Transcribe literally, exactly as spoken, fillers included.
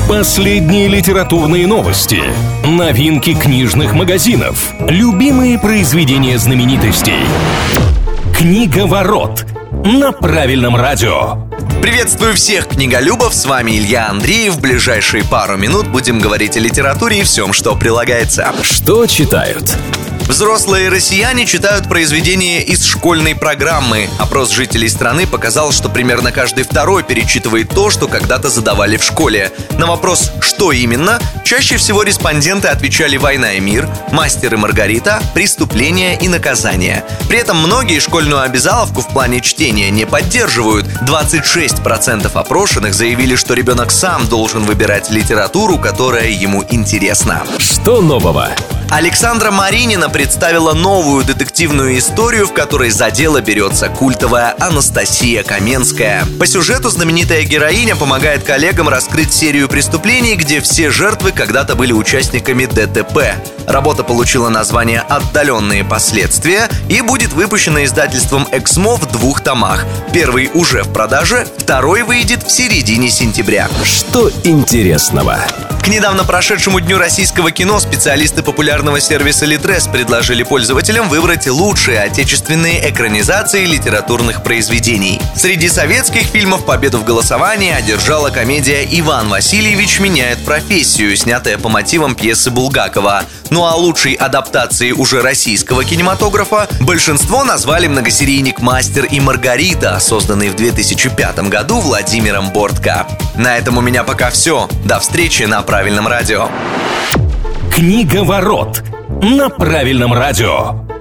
Последние литературные новости, новинки книжных магазинов, любимые произведения знаменитостей. Книговорот на правильном радио. Приветствую всех книголюбов, с вами Илья Андреев. В ближайшие пару минут будем говорить о литературе и всем, что прилагается. Что читают? Взрослые россияне читают произведения из школьной программы. Опрос жителей страны показал, что примерно каждый второй перечитывает то, что когда-то задавали в школе. На вопрос «что именно?» чаще всего респонденты отвечали «Война и мир», «Мастер и Маргарита», «Преступление и наказание». При этом многие школьную обязаловку в плане чтения не поддерживают. двадцать шесть процентов опрошенных заявили, что ребенок сам должен выбирать литературу, которая ему интересна. Что нового? Александра Маринина представила новую детективную историю, в которой за дело берется культовая Анастасия Каменская. По сюжету знаменитая героиня помогает коллегам раскрыть серию преступлений, где все жертвы когда-то были участниками ДТП. Работа получила название «Отдаленные последствия» и будет выпущена издательством «Эксмо» в двух томах. Первый уже в продаже, второй выйдет в середине сентября. Что интересного? К недавно прошедшему Дню российского кино специалисты популярного сервиса Литрес предложили пользователям выбрать лучшие отечественные экранизации литературных произведений. Среди советских фильмов победу в голосовании одержала комедия «Иван Васильевич меняет профессию», снятая по мотивам пьесы Булгакова. Ну а лучшей адаптацией уже российского кинематографа большинство назвали многосерийник «Мастер и Маргарита», созданный в две тысячи пятом году Владимиром Бортко. На этом у меня пока все. До встречи на правильном радио. Книговорот на правильном радио.